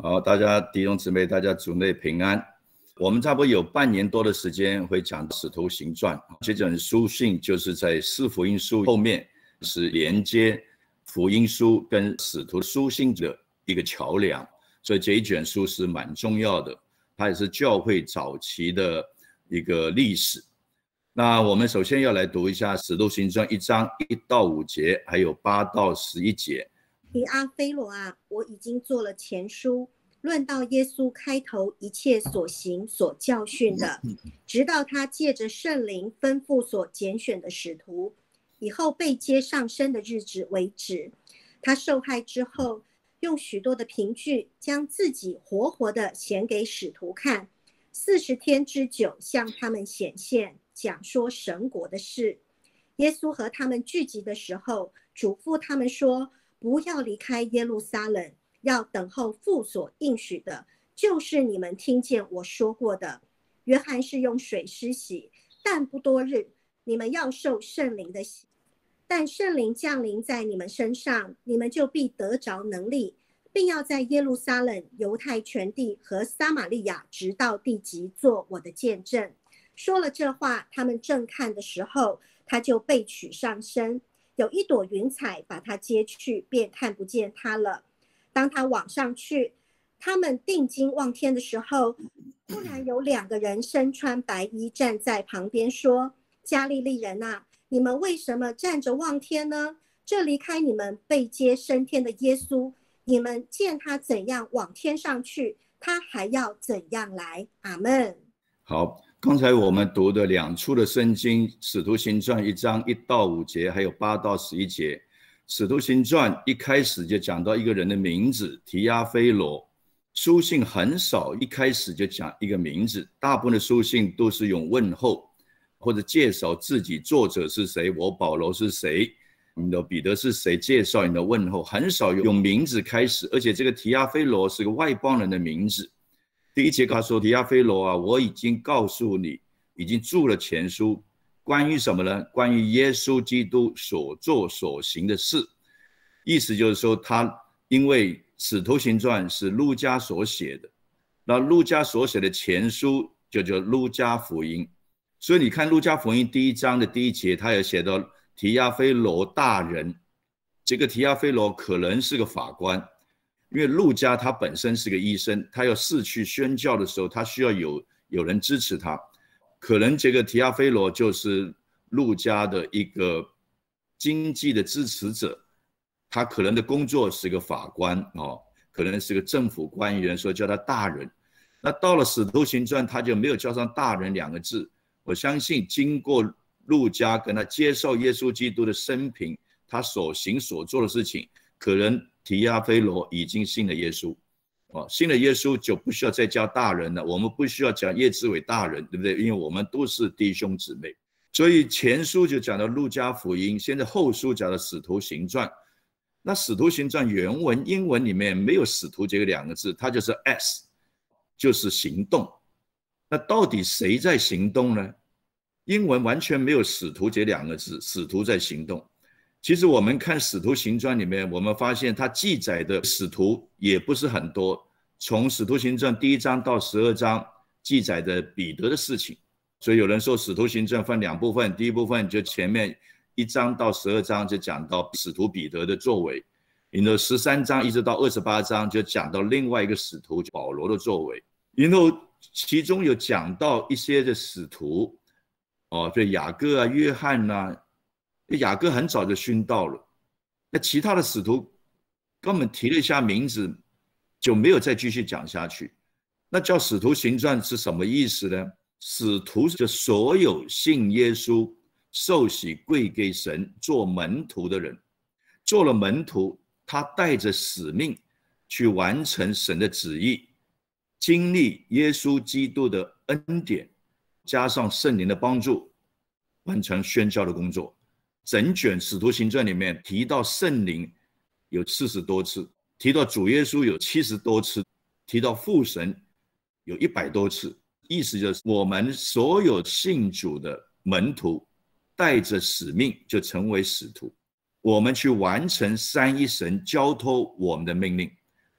好，大家弟兄姊妹，大家主内平安。我们差不多有半年多的时间会讲使徒行传，这本书信就是在四福音书后面，是连接福音书跟使徒书信的一个桥梁，所以这一卷书是蛮重要的，它也是教会早期的一个历史。那我们首先要来读一下使徒行传1章1到5节，还有8到11节。 提阿非罗啊，我已经做了前书，论到耶稣开头一切所行所教训的，直到他借着圣灵吩咐所拣选的使徒，以后被接上升的日子为止。他受害之后，用许多的凭据将自己活活的显给使徒看，40天之久向他们显现，讲说神国的事。耶稣和他们聚集的时候，嘱咐他们说，不要离开耶路撒冷，要等候父所应许的，就是你们听见我说过的。约翰是用水施洗，但不多日，你们要受圣灵的洗。但圣灵降临在你们身上，你们就必得着能力，并要在耶路撒冷、犹太全地和撒玛利亚直到地极做我的见证。说了这话，他们正看的时候，他就被取上升，有一朵云彩把他接去，便看不见他了。当他往上去，他们定睛望天的时候，突然有2个人身穿白衣站在旁边说，加利利人啊，你们为什么站着望天呢？这离开你们被接升天的耶稣，你们见他怎样往天上去，他还要怎样来。阿们。 好，刚才我们读的2处的圣经，使徒行传1章1到5节，还有8到11节。使徒行传一开始就讲到一个人的名字提阿非罗，书信很少一开始就讲一个名字，大部分的书信都是用问候或者介绍自己，作者是谁，我保罗是谁，你的彼得是谁，介绍你的问候，很少用名字开始。而且这个提阿非罗是个外邦人的名字。第1节他说，提阿非罗啊，我已经告诉你，已经注了前书，关于什么呢？关于耶稣基督所做所行的事。意思就是说，他因为使徒行传是路加所写的，那路加所写的前书就叫路加福音，所以你看路加福音第1章的第1节，他有写到提阿非罗大人。这个提阿非罗可能是个法官，因为路加他本身是个医生，他要四处宣教的时候，他需要有人支持他。可能这个提阿非罗就是路加的一个经济的支持者，他可能的工作是个法官，可能是个政府官员，所以叫他大人。那到了使徒行传，他就没有叫上大人2个字。我相信经过路加跟他介绍耶稣基督的生平，他所行所做的事情，可能提阿非罗已经信了耶稣。信了耶稣就不需要再叫大人了，我们不需要讲叶志伟大人，对不对？因为我们都是弟兄姊妹。所以前书就讲到路加福音，现在后书讲到使徒行传。那使徒行传原文英文里面没有使徒这个2个字，它就是 S， 就是行动。那到底谁在行动呢？英文完全没有使徒这2个字，使徒在行动。其实我们看使徒行传里面，我们发现它记载的使徒也不是很多。从使徒行传第1章到12章记载的彼得的事情，所以有人说使徒行传分2部分，第一部分就前面1章到12章就讲到使徒彼得的作为，然后13章一直到28章就讲到另外一个使徒保罗的作为，然后其中有讲到一些的使徒，所以雅各啊、约翰啊，雅各很早就殉道了，那其他的使徒根本提了一下名字就没有再继续讲下去。那叫使徒行传是什么意思呢？使徒是所有信耶稣、受洗归给神、做门徒的人。做了门徒，他带着使命去完成神的旨意，经历耶稣基督的恩典，加上圣灵的帮助，完成宣教的工作。整卷使徒行传里面提到圣灵有40多次，提到主耶稣有70多次，提到父神有100多次。意思就是我们所有信主的门徒带着使命就成为使徒，我们去完成三一神交托我们的命令。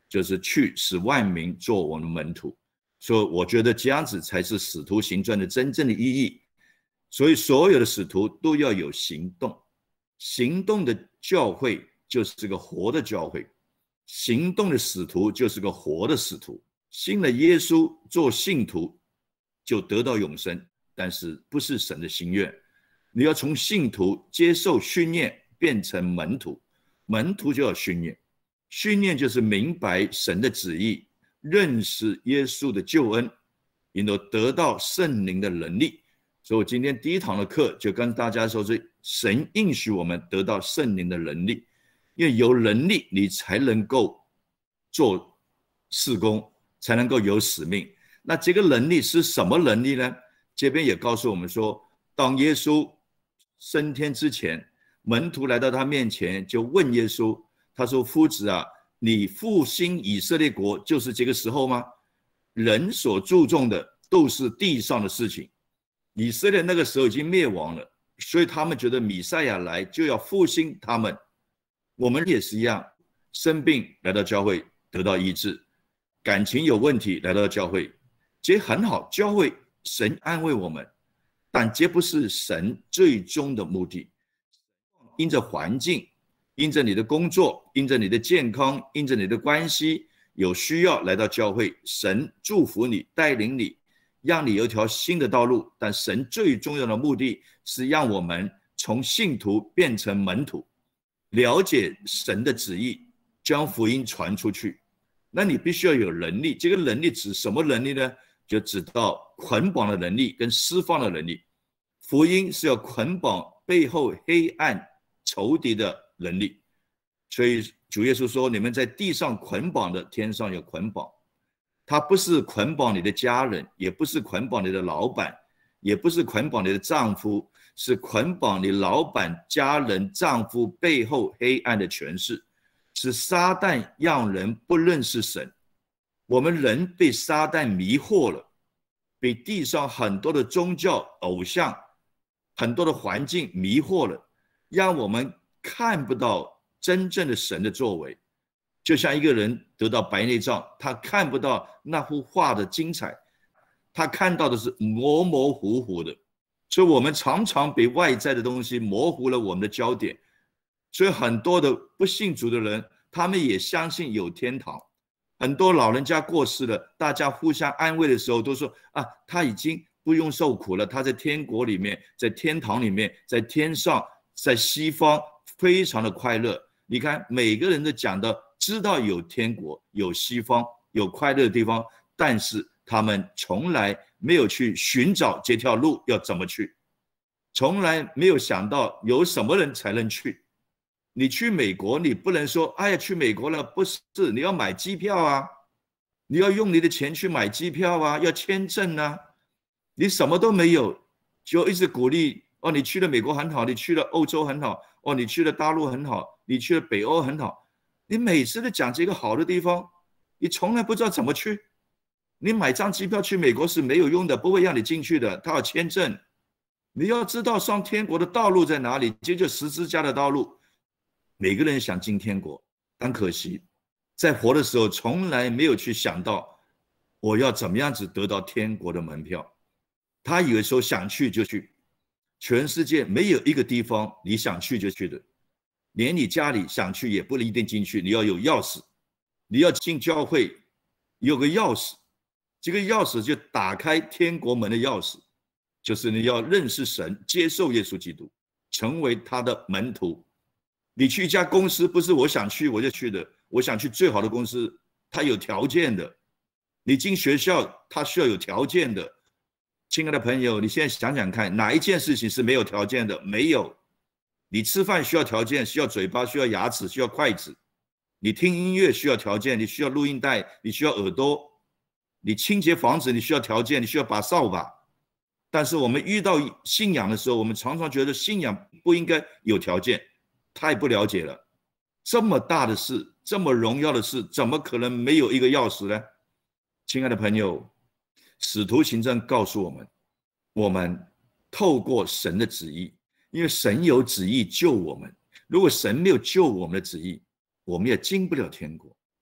就是去使万民做我们的门徒。所以我觉得这样子才是使徒行传的真正的意义。所以所有的使徒都要有行动，行动的教会就是个活的教会，行动的使徒就是个活的使徒。信了耶稣做信徒就得到永生，但是不是神的心愿。你要从信徒接受训练变成门徒，门徒就要训练，训练就是明白神的旨意，认识耶稣的救恩，然后得到圣灵的能力。所以我今天第一堂的课就跟大家说，是神应许我们得到圣灵的能力，因为有能力你才能够做事工，才能够有使命。那这个能力是什么能力呢？这边也告诉我们说，当耶稣升天之前，门徒来到他面前就问耶稣，他说：夫子啊，你复兴以色列国就是这个时候吗？人所注重的都是地上的事情，以色列那个时候已经灭亡了，所以他们觉得弥赛亚来就要复兴他们。我们也是一样，生病来到教会得到医治，感情有问题来到教会，这很好，教会神安慰我们，但这不是神最终的目的。因着环境，因着你的工作，因着你的健康，因着你的关系，有需要来到教会，神祝福你，带领你，让你有一条新的道路。但神最重要的目的是让我们从信徒变成门徒，了解神的旨意，将福音传出去。那你必须要有能力，这个能力指什么能力呢？就指到捆绑的能力跟释放的能力。福音是要捆绑背后黑暗仇敌的能力，所以主耶稣说，你们在地上捆绑的，天上有捆绑。他不是捆绑你的家人，也不是捆绑你的老板，也不是捆绑你的丈夫，是捆绑你老板、家人、丈夫背后黑暗的权势，是撒旦让人不认识神。我们人被撒旦迷惑了，被地上很多的宗教偶像、很多的环境迷惑了，让我们看不到真正的神的作为。就像一个人得到白内障，他看不到那幅画的精彩，他看到的是模模糊糊的。所以我们常常被外在的东西模糊了我们的焦点。所以很多的不信主的人，他们也相信有天堂。很多老人家过世了，大家互相安慰的时候都说啊，他已经不用受苦了，他在天国里面，在天堂里面，在天上，在西方非常的快乐。你看每个人都讲的知道有天国，有西方，有快乐的地方，但是他们从来没有去寻找这条路要怎么去，从来没有想到有什么人才能去。你去美国，你不能说哎呀去美国了，不是，你要买机票啊，你要用你的钱去买机票啊，要签证啊，你什么都没有，就一直鼓励哦，你去了美国很好，你去了欧洲很好，哦，你去了大陆很好，你去了北欧很好。你每次都讲这个好的地方，你从来不知道怎么去。你买张机票去美国是没有用的，不会让你进去的，他要签证。你要知道上天国的道路在哪里，这就十字架的道路。每个人想进天国，但可惜在活的时候从来没有去想到我要怎么样子得到天国的门票。他以为说想去就去，全世界没有一个地方你想去就去的，连你家里想去也不一定进去，你要有钥匙。你要进教会有个钥匙，这个钥匙就打开天国门的钥匙，就是你要认识神，接受耶稣基督，成为他的门徒。你去一家公司不是我想去我就去的，我想去最好的公司，它有条件的。你进学校它需要有条件的。亲爱的朋友，你现在想想看，哪一件事情是没有条件的？没有。你吃饭需要条件，需要嘴巴，需要牙齿，需要筷子。你听音乐需要条件，你需要录音带，你需要耳朵。你清洁房子你需要条件，你需要把扫把。但是我们遇到信仰的时候，我们常常觉得信仰不应该有条件，太不了解了。这么大的事，这么荣耀的事，怎么可能没有一个钥匙呢？亲爱的朋友，使徒行传告诉我们，我们透过神的旨意，因为神有旨意救我们，如果神没有救我们的旨意，我们也进不了天国。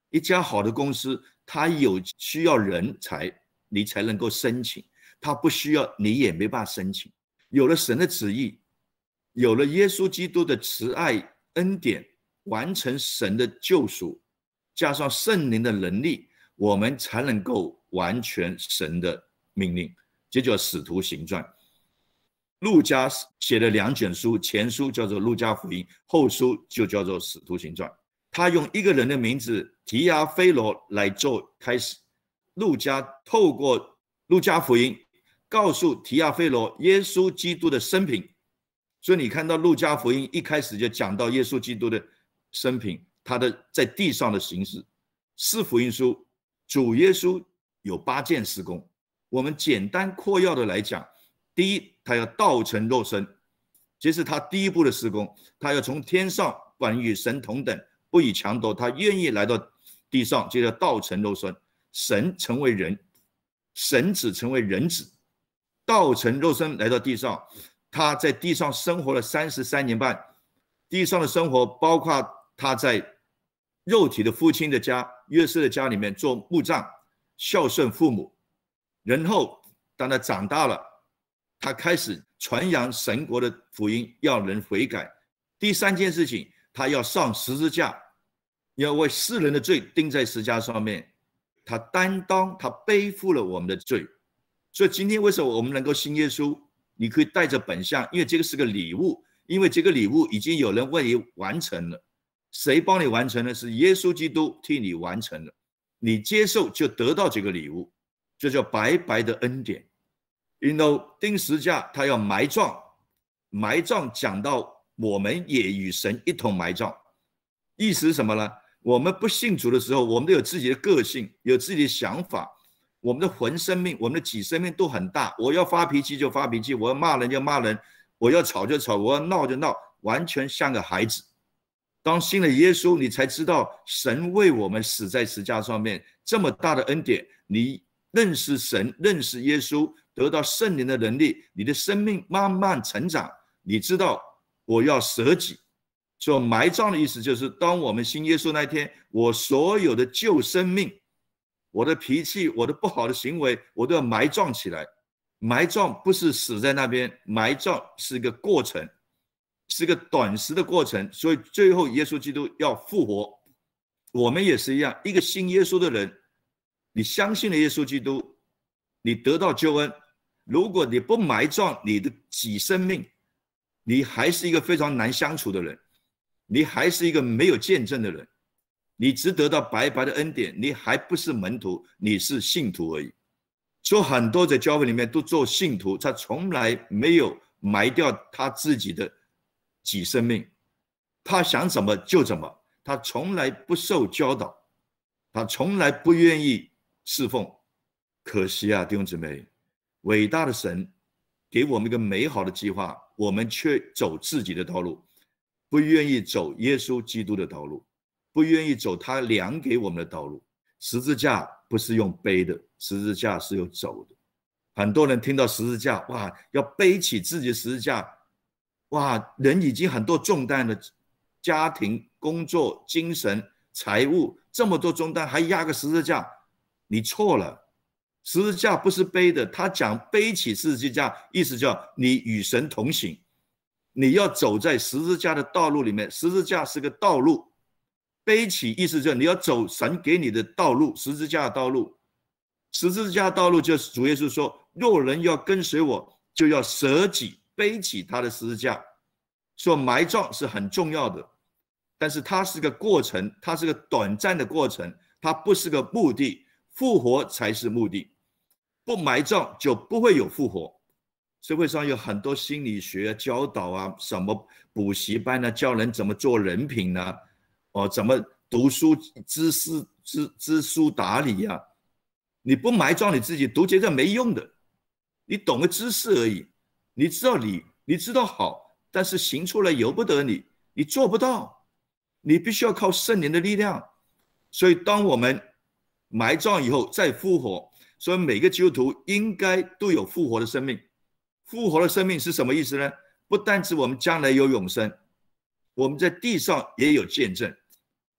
一家好的公司，它有需要人才，你才能够申请，它不需要你也没办法申请。有了神的旨意，有了耶稣基督的慈爱恩典，完成神的救赎，加上圣灵的能力，我们才能够完全神的命令。这叫使徒行传。路加写了2卷书，前书叫做路加福音，后书就叫做使徒行传。他用一个人的名字提阿非罗来做开始。路加透过路加福音告诉提阿非罗耶稣基督的生平，所以你看到路加福音一开始就讲到耶稣基督的生平，他的在地上的行事。4福音书主耶稣有8件事工，我们简单括要的来讲，第一，他要道成肉身，这是他第一步的事工，他要从天上本与神同等，不以强夺，他愿意来到地上，这叫道成肉身，神成为人，神子成为人子，道成肉身来到地上，他在地上生活了33年半，地上的生活包括他在肉体的父亲的家约瑟的家里面做木匠，孝顺父母，然后当他长大了，他开始传扬神国的福音，要人悔改。第3件事情，他要上十字架，要为世人的罪钉在十字架上面，他担当，他背负了我们的罪。所以今天为什么我们能够信耶稣，你可以带着本相，因为这个是个礼物，因为这个礼物已经有人为你完成了。谁帮你完成呢？是耶稣基督替你完成了，你接受就得到这个礼物，这叫白白的恩典。钉十字架他要埋葬，埋葬讲到我们也与神一同埋葬，意思是什么呢？我们不信主的时候，我们都有自己的个性，有自己的想法，我们的魂生命，我们的己生命都很大，我要发脾气就发脾气，我要骂人就骂人，我要吵就吵，我要闹就闹，完全像个孩子。当信了耶稣，你才知道神为我们死在十字架上面，这么大的恩典，你认识神，认识耶稣，得到圣灵的能力，你的生命慢慢成长，你知道我要舍己。所以埋葬的意思就是，当我们信耶稣那一天，我所有的旧生命，我的脾气，我的不好的行为，我都要埋葬起来。埋葬不是死在那边，埋葬是一个过程，是个短时的过程，所以最后耶稣基督要复活。我们也是一样，一个信耶稣的人，你相信了耶稣基督，你得到救恩，如果你不埋葬你的己生命，你还是一个非常难相处的人，你还是一个没有见证的人，你只得到白白的恩典，你还不是门徒，你是信徒而已。所以很多在教会里面都做信徒，他从来没有埋掉他自己的己生命，他想怎么就怎么，他从来不受教导，他从来不愿意侍奉。可惜啊，弟兄姊妹，伟大的神给我们一个美好的计划，我们却走自己的道路，不愿意走耶稣基督的道路，不愿意走他量给我们的道路。十字架不是用背的，十字架是用走的。很多人听到十字架，哇，要背起自己的十字架，哇，人已经很多重担了，家庭、工作、精神、财务，这么多重担还压个十字架，你错了。十字架不是背的，他讲背起十字架，意思叫你与神同行，你要走在十字架的道路里面，十字架是个道路，背起意思就是你要走神给你的道路，十字架的道路。十字架的道路就是主耶稣说，若人要跟随我，就要舍己，背起他的十字架。说埋葬是很重要的，但是它是个过程，它是个短暂的过程，它不是个目的，复活才是目的。不埋葬就不会有复活。社会上有很多心理学教导啊，什么补习班啊，教人怎么做人品啊，怎么读书知书达理啊。你不埋葬你自己，读这个没用的。你懂个知识而已，你知道理，你知道好，但是行出来由不得你，你做不到，你必须要靠圣灵的力量。所以当我们埋葬以后再复活，所以每个基督徒应该都有复活的生命。复活的生命是什么意思呢？不单指我们将来有永生，我们在地上也有见证。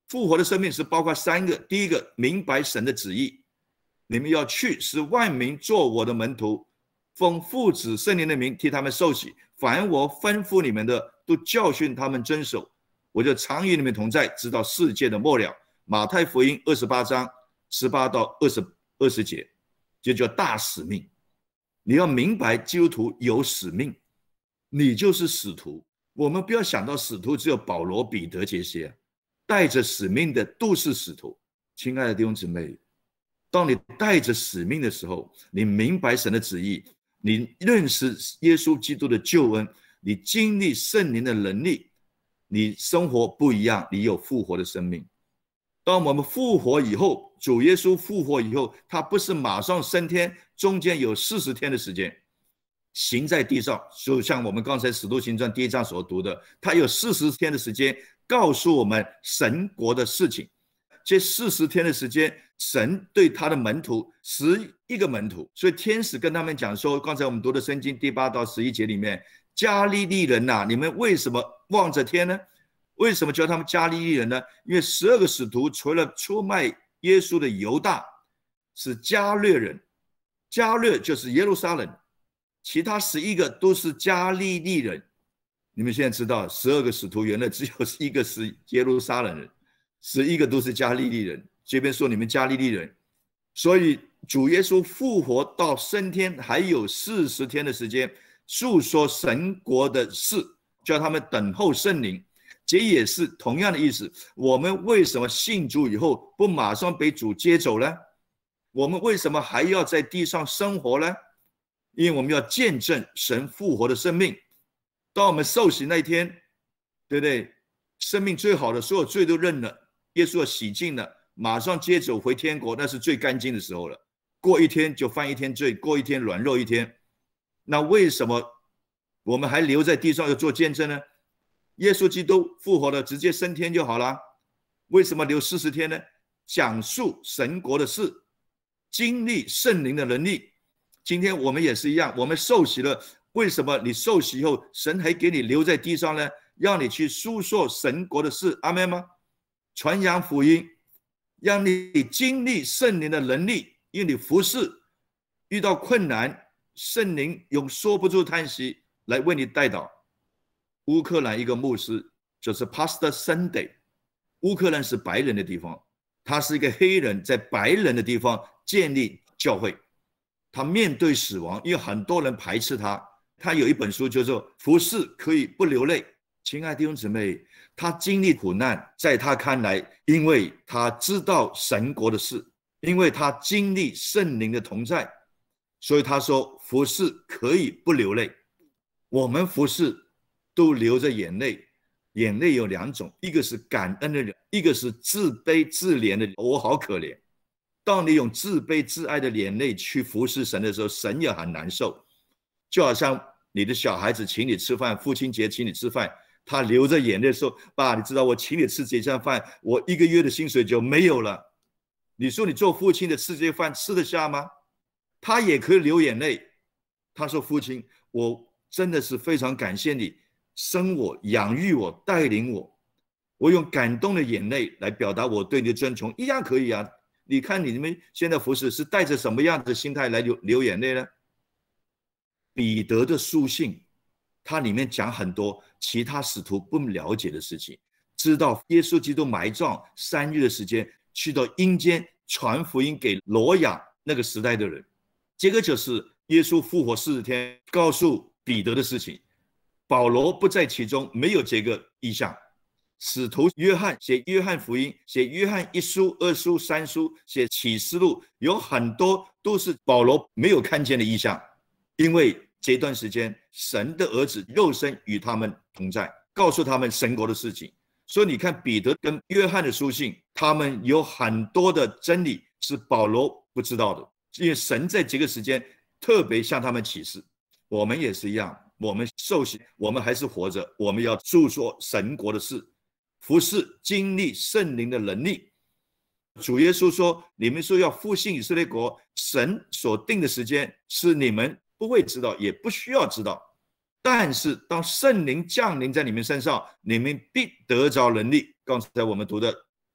复活的生命是包括3个，第一个，明白神的旨意，你们要去，使万民做我的门徒，奉父子圣灵的名替他们受洗，凡我吩咐你们的，都教训他们遵守，我就常与你们同在，直到世界的末了。马太福音28章18到20节，这叫大使命。你要明白基督徒有使命，你就是使徒。我们不要想到使徒只有保罗、彼得这些，带着使命的都是使徒。亲爱的弟兄姊妹，当你带着使命的时候，你明白神的旨意，你认识耶稣基督的救恩，你经历圣灵的能力，你生活不一样，你有复活的生命。当我们复活以后，主耶稣复活以后，他不是马上升天，中间有40天的时间行在地上，就像我们刚才使徒行传第1章所读的，他有40天的时间告诉我们神国的事情。这40天的时间，神对他的门徒11个门徒，所以天使跟他们讲说，刚才我们读的圣经第8到11节里面，加利利人啊，你们为什么望着天呢？为什么叫他们加利利人呢？因为12个使徒除了出卖耶稣的犹大是加略人，加略就是耶路撒冷，其他11个都是加利利人。你们现在知道12个使徒原来只有1个是耶路撒冷人，11个都是加利利人。这边说你们加利利人，所以主耶稣复活到升天还有40天的时间，述说神国的事，叫他们等候圣灵。这也是同样的意思。我们为什么信主以后不马上被主接走呢？我们为什么还要在地上生活呢？因为我们要见证神复活的生命。当我们受洗那一天，对不对？生命最好的，所有罪都认了，耶稣洗净了，马上接走回天国，那是最干净的时候了。过一天就犯一天罪，过一天软弱一天。那为什么我们还留在地上要做见证呢？耶稣基督复活了，直接升天就好了。为什么留40天呢？讲述神国的事，经历圣灵的能力。今天我们也是一样，我们受洗了，为什么你受洗以后，神还给你留在地上呢？让你去述说神国的事，阿们吗？传扬福音，让你经历圣灵的能力，因为你服侍遇到困难，圣灵用说不出叹息来为你代祷。乌克兰一个牧师就是 Pastor Sunday， 乌克兰是白人的地方，他是一个黑人在白人的地方建立教会。他面对死亡，因为很多人排斥他，他有一本书叫做《服侍可以不流泪》。亲爱的弟兄姊妹，他经历苦难，在他看来，因为他知道神国的事，因为他经历圣灵的同在，所以他说服侍可以不流泪。我们服侍都流着眼泪，眼泪有2种，一个是感恩的人，一个是自卑自怜的人，我好可怜。当你用自卑自爱的眼泪去服侍神的时候，神也很难受。就好像你的小孩子请你吃饭，父亲节请你吃饭，他流着眼泪说，爸，你知道我请你吃这餐饭，我1个月的薪水就没有了。你说你做父亲的吃这些饭吃得下吗？他也可以流眼泪。他说，父亲，我真的是非常感谢你生我、养育我、带领我，我用感动的眼泪来表达我对你的尊崇，一样可以啊。你看你们现在服侍是带着什么样的心态来流眼泪呢？彼得的书信，它里面讲很多其他使徒不了解的事情，知道耶稣基督埋葬3日的时间，去到阴间传福音给罗亚那个时代的人，这个就是耶稣复活40天告诉彼得的事情。保罗不在其中，没有这个意象。使徒约翰写约翰福音，写约翰1书、2书、3书，写启示录，有很多都是保罗没有看见的意象。因为这段时间神的儿子肉身与他们同在，告诉他们神国的事情。所以你看彼得跟约翰的书信，他们有很多的真理是保罗不知道的，因为神在这个时间特别向他们启示。我们也是一样，我们受洗，我们还是活着，我们要述说神国的事，服侍经历圣灵的能力。主耶稣说，你们说要复兴以色列国，神所定的时间是你们不会知道，也不需要知道，但是当圣灵降临在你们身上，你们必得着能力。刚才我们读的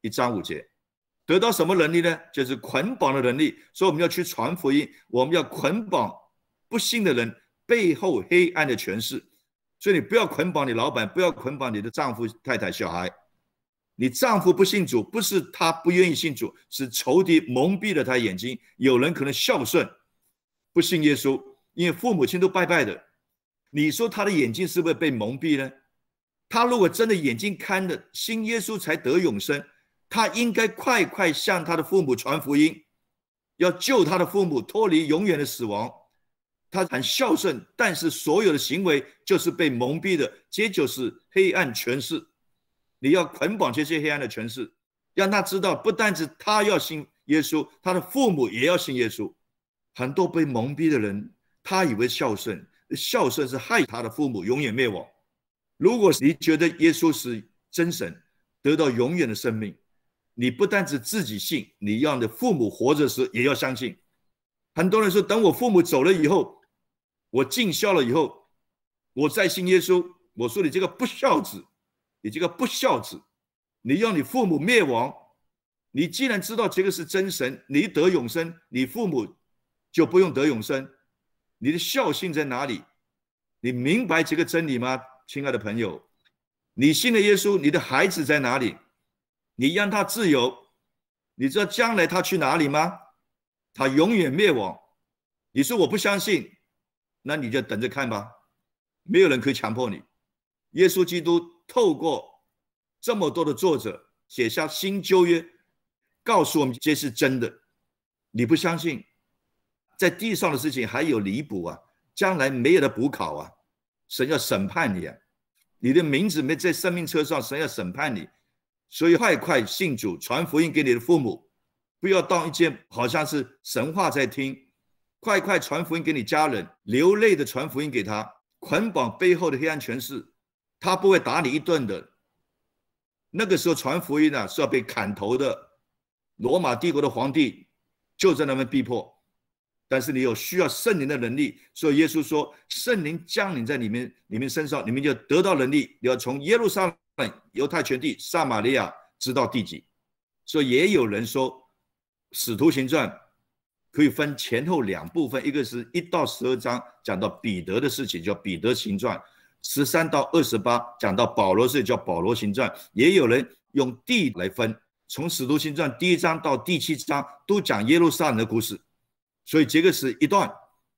1章5节。得到什么能力呢？就是捆绑的能力。所以我们要去传福音，我们要捆绑不信的人背后黑暗的权势。所以你不要捆绑你老板，不要捆绑你的丈夫、太太、小孩。你丈夫不信主，不是他不愿意信主，是仇敌蒙蔽了他眼睛。有人可能孝顺，不信耶稣，因为父母亲都拜拜的。你说他的眼睛是不是被蒙蔽呢？他如果真的眼睛看了，信耶稣才得永生，他应该快快向他的父母传福音，要救他的父母脱离永远的死亡。他很孝顺，但是所有的行为就是被蒙蔽的，这就是黑暗权势。你要捆绑这些黑暗的权势，让他知道不单是他要信耶稣，他的父母也要信耶稣。很多被蒙蔽的人，他以为孝顺，孝顺是害他的父母永远灭亡。如果你觉得耶稣是真神，得到永远的生命，你不单是自己信，你要你的父母活着时也要相信。很多人说，等我父母走了以后，我尽孝了以后，我再信耶稣。我说你这个不孝子，你这个不孝子，你要你父母灭亡。你既然知道这个是真神，你得永生，你父母就不用得永生。你的孝心在哪里？你明白这个真理吗？亲爱的朋友，你信了耶稣，你的孩子在哪里？你让他自由，你知道将来他去哪里吗？他永远灭亡。你说我不相信，那你就等着看吧，没有人可以强迫你。耶稣基督透过这么多的作者写下新旧约，告诉我们这是真的。你不相信，在地上的事情还有弥补啊，将来没有的补考啊，神要审判你啊，你的名字没在生命册上，神要审判你。所以快快信主，传福音给你的父母，不要当一件好像是神话在听。快快传福音给你家人，流泪的传福音给他，捆绑背后的黑暗权势，他不会打你一顿的。那个时候传福音是要被砍头的，罗马帝国的皇帝就在那边逼迫。但是你有需要圣灵的能力，所以耶稣说，圣灵降临在你们身上，你们就得到能力，你要从耶路撒冷、犹太全地、撒玛利亚直到地极。所以也有人说使徒行传可以分前后2部分，一个是1到12章讲到彼得的事情，叫彼得行传；13到28讲到保罗的事情，叫保罗行传。也有人用地来分，从使徒行传第1章到第7章都讲耶路撒冷的故事。所以这个是一段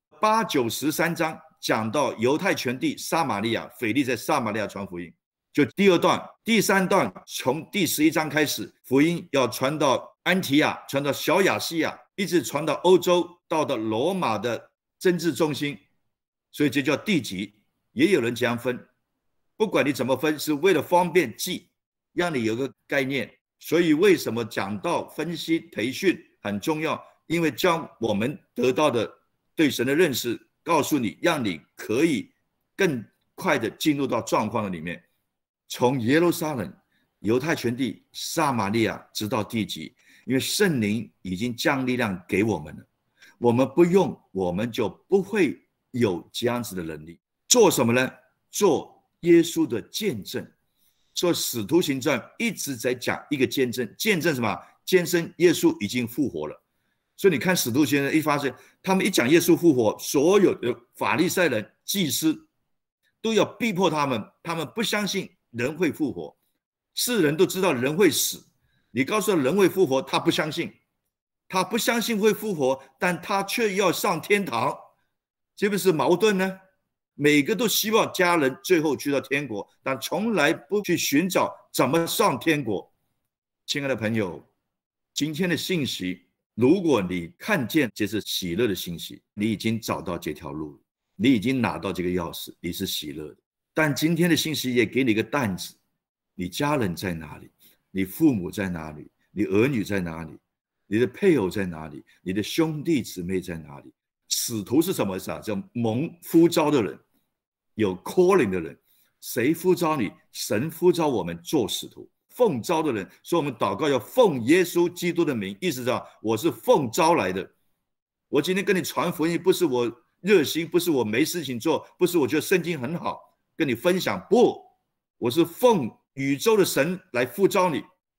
，8、9、13章讲到犹太全地、撒玛利亚，腓力在撒玛利亚传福音。就第2段、第3段，从第11章开始，福音要传到安提亚，传到小亚细亚，一直传到欧洲，到罗马的政治中心，所以这叫地级。也有人这样分，不管你怎么分，是为了方便记，让你有个概念。所以为什么讲道、分析、培训很重要？因为将我们得到的对神的认识告诉你，让你可以更快的进入到状况的里面。从耶路撒冷、犹太全地、撒玛利亚直到地极，因为圣灵已经将力量给我们了，我们不用，我们就不会有这样子的能力。做什么呢？做耶稣的见证。所以使徒行传一直在讲一个见证，见证什么？见证耶稣已经复活了。所以你看使徒行传一发现，他们一讲耶稣复活，所有的法利赛人、祭司都要逼迫他们，他们不相信人会复活。世人都知道人会死，你告诉他人会复活，他不相信，他不相信会复活，但他却要上天堂，这不是矛盾呢？每个都希望家人最后去到天国，但从来不去寻找怎么上天国。亲爱的朋友，今天的信息，如果你看见这是喜乐的信息，你已经找到这条路，你已经拿到这个钥匙，你是喜乐的。但今天的信息也给你一个担子，你家人在哪里？你父母在哪里？你儿女在哪里？你的配偶在哪里？你的兄弟姊妹在哪里？使徒是什么意思啊？叫蒙呼召的人，有 calling 的人。谁呼召你？神呼召我们做使徒。奉召的人，所以我们祷告要奉耶稣基督的名，意思是我是奉召来的。我今天跟你传福音，不是我热心，不是我没事情做，不是我觉得圣经很好跟你分享，不，我是奉宇宙的神来呼召你。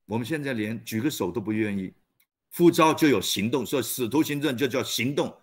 我们现在连举个手都不愿意。呼召就有行动，所以使徒行传就叫行动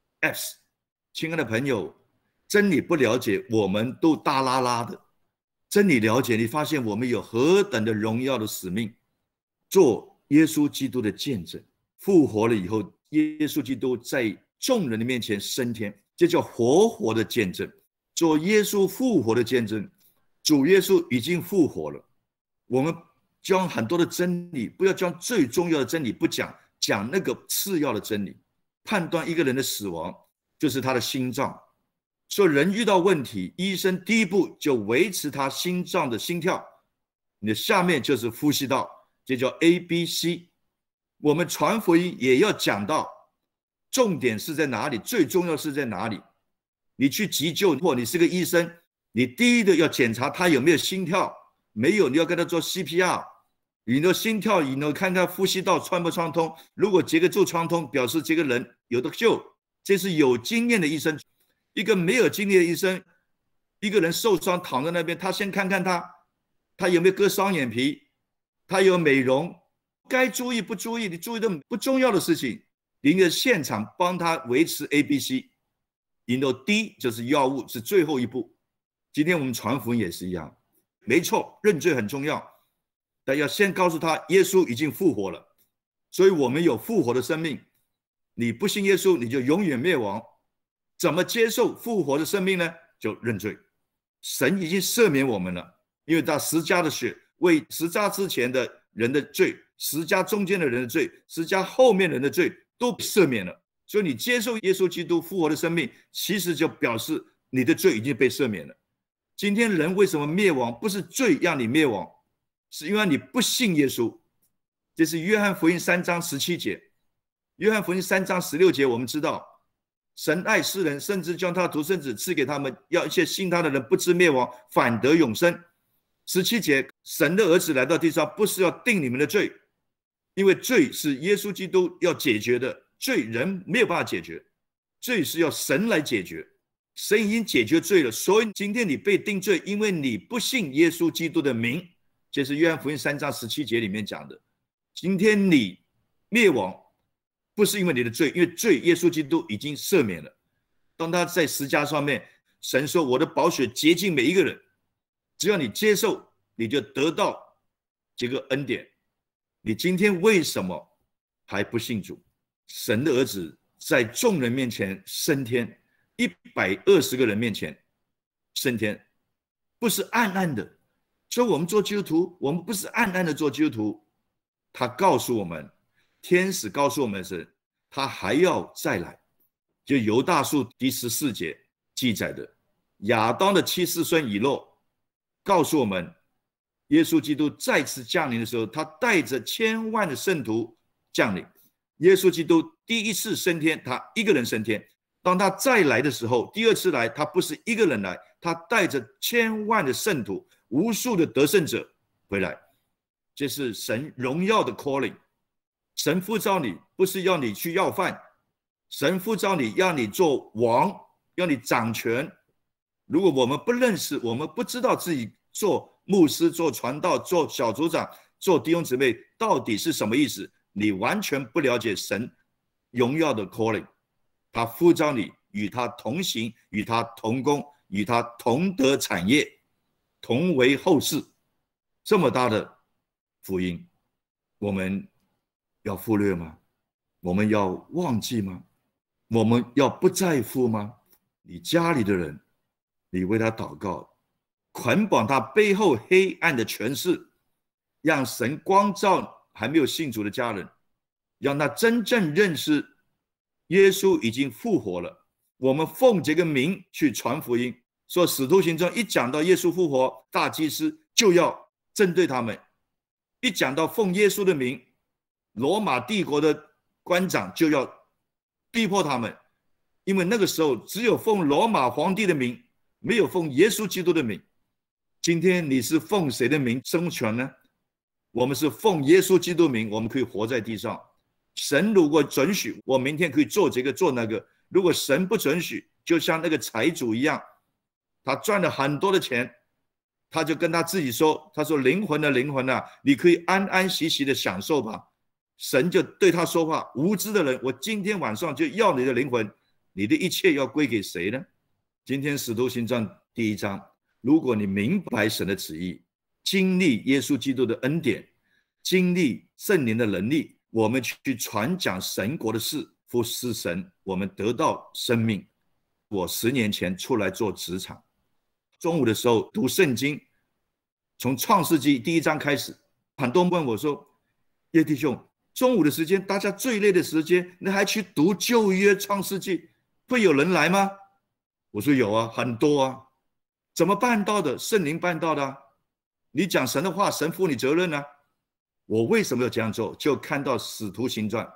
F。 亲爱的朋友，真理不了解，我们都大拉拉的；真理了解，你发现我们有何等的荣耀的使命，做耶稣基督的见证。复活了以后，耶稣基督在众人的面前升天，这叫活的见证。做耶稣复活的见证，主耶稣已经复活了。我们讲很多的真理，不要讲最重要的真理不讲，讲那个次要的真理。判断一个人的死亡就是他的心脏，所以人遇到问题，医生第一步就维持他心脏的心跳，你的下面就是呼吸道，这叫 ABC。 我们传福音也要讲到重点是在哪里，最重要是在哪里。你去急救，或你是个医生，你第一个要检查他有没有心跳，没有你要跟他做 CPR， 你的心跳你能看看呼吸道穿不穿通，如果这个就穿通，表示这个人有得救，这是有经验的医生。一个没有经验的医生，一个人受伤躺在那边，他先看看他有没有割双眼皮，他有美容，该注意不注意，你注意的不重要的事情，你的现场帮他维持 ABC。 引到 D 就是药物，是最后一步。今天我们传福音也是一样，没错，认罪很重要，但要先告诉他耶稣已经复活了，所以我们有复活的生命。你不信耶稣，你就永远灭亡。怎么接受复活的生命呢？就认罪。神已经赦免我们了，因为他十架的血为十架之前的人的罪，十架中间的人的罪，十架后面人的罪都赦免了。所以你接受耶稣基督复活的生命，其实就表示你的罪已经被赦免了。今天人为什么灭亡？不是罪让你灭亡，是因为你不信耶稣。这是约翰福音3章17节。约翰福音3章16节，我们知道神爱世人，甚至将他独生子赐给他们，要一切信他的人不至灭亡，反得永生。17节，神的儿子来到地上，不是要定你们的罪，因为罪是耶稣基督要解决的，罪人没有办法解决，罪是要神来解决。神已经解决罪了，所以今天你被定罪，因为你不信耶稣基督的名。这是约翰福音3章17节里面讲的。今天你灭亡不是因为你的罪，因为罪耶稣基督已经赦免了。当他在十架上面，神说我的宝血洁净每一个人，只要你接受，你就得到这个恩典。你今天为什么还不信主？神的儿子在众人面前升天，120个人面前升天，不是暗暗的。所以我们做基督徒，我们不是暗暗的做基督徒。他告诉我们，天使告诉我们的是他还要再来。就犹大书第14节记载的，亚当的7世孙以诺告诉我们，耶稣基督再次降临的时候，他带着千万的圣徒降临。耶稣基督第一次升天，他一个人升天。当他再来的时候，第二次来，他不是一个人来，他带着千万的圣徒，无数的得胜者回来。这是神荣耀的 calling。 神呼召你，不是要你去要饭，神呼召你，让你做王，让你掌权。如果我们不认识，我们不知道自己做牧师、做传道、做小组长、做弟兄姊妹到底是什么意思，你完全不了解神荣耀的 calling。 他呼召你与他同行，与他同工，与他同得产业，同为后世。这么大的福音，我们要忽略吗？我们要忘记吗？我们要不在乎吗？你家里的人，你为他祷告，捆绑他背后黑暗的权势，让神光照还没有信主的家人，让他真正认识耶稣已经复活了。我们奉这个名去传福音，说使徒行传一讲到耶稣复活，大祭司就要针对他们。一讲到奉耶稣的名，罗马帝国的官长就要逼迫他们，因为那个时候只有奉罗马皇帝的名，没有奉耶稣基督的名。今天你是奉谁的名生存呢？我们是奉耶稣基督的名，我们可以活在地上。神如果准许，我明天可以做这个做那个。如果神不准许，就像那个财主一样，他赚了很多的钱， 他就跟他自己说，他说灵魂的灵魂啊，你可以安安息息的享受吧。神就对他说话，无知的人，我今天晚上就要你的灵魂，你的一切要归给谁呢？今天使徒行传第1章，如果你明白神的旨意，经历耶稣基督的恩典，经历圣灵的能力，我们去传讲神国的事，服侍神，我们得到生命。我10年前出来做职场，中午的时候读圣经，从创世纪第1章开始。很多人问我说，叶弟兄，中午的时间大家最累的时间，你还去读旧约创世纪，会有人来吗？我说有啊，很多啊。怎么办到的？圣灵办到的啊。你讲神的话，神负你责任啊。我为什么要这样做？就看到使徒行传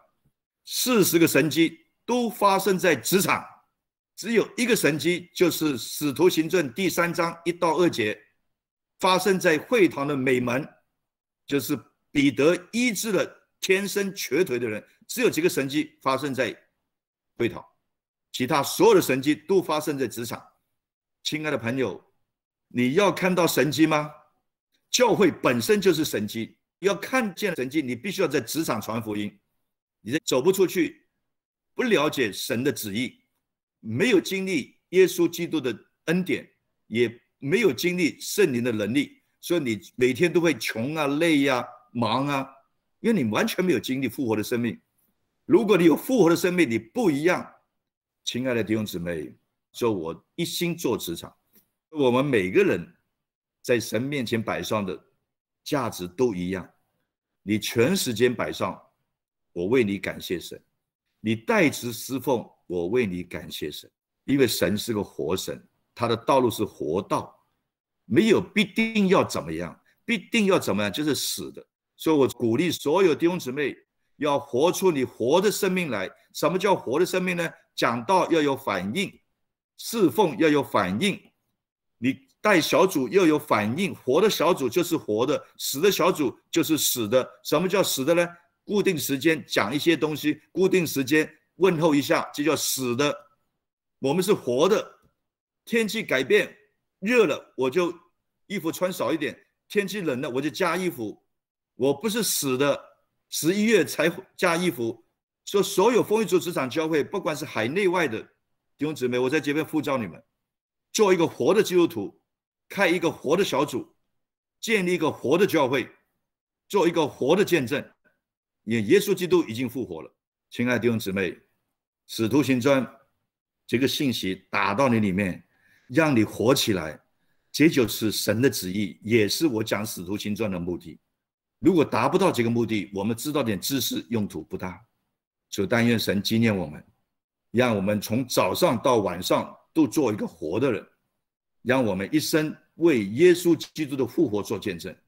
40个神迹都发生在职场，只有一个神迹，就是使徒行传第3章1到2节，发生在会堂的美门，就是彼得医治了天生瘸腿的人，只有几个神迹发生在会堂，其他所有的神迹都发生在职场。亲爱的朋友，你要看到神迹吗？教会本身就是神迹，要看见神迹，你必须要在职场传福音。你走不出去，不了解神的旨意，没有经历耶稣基督的恩典，也没有经历圣灵的能力，所以你每天都会穷啊、累啊、忙啊，因为你完全没有经历复活的生命。如果你有复活的生命，你不一样。亲爱的弟兄姊妹，说我一心做职场，我们每个人在神面前摆上的价值都一样。你全时间摆上，我为你感谢神；你代职侍奉，我为你感谢神。因为神是个活神，他的道路是活道，没有必定要怎么样，必定要怎么样就是死的。所以我鼓励所有弟兄姊妹要活出你活的生命来。什么叫活的生命呢？讲道要有反应，侍奉要有反应，你带小组要有反应。活的小组就是活的，死的小组就是死的。什么叫死的呢？固定时间讲一些东西，固定时间问候一下，这叫死的。我们是活的，天气改变，热了我就衣服穿少一点，天气冷了我就加衣服。我不是死的，11月才加衣服。说所有丰益主职场教会，不管是海内外的弟兄姊妹，我在这边呼召你们，做一个活的基督徒，开一个活的小组，建立一个活的教会，做一个活的见证。因为耶稣基督已经复活了。亲爱的弟兄姊妹，使徒行传这个信息打到你里面，让你活起来，这就是神的旨意，也是我讲使徒行传的目的。如果达不到这个目的，我们知道点知识用途不大。就但愿神纪念我们，让我们从早上到晚上都做一个活的人，让我们一生为耶稣基督的复活做见证。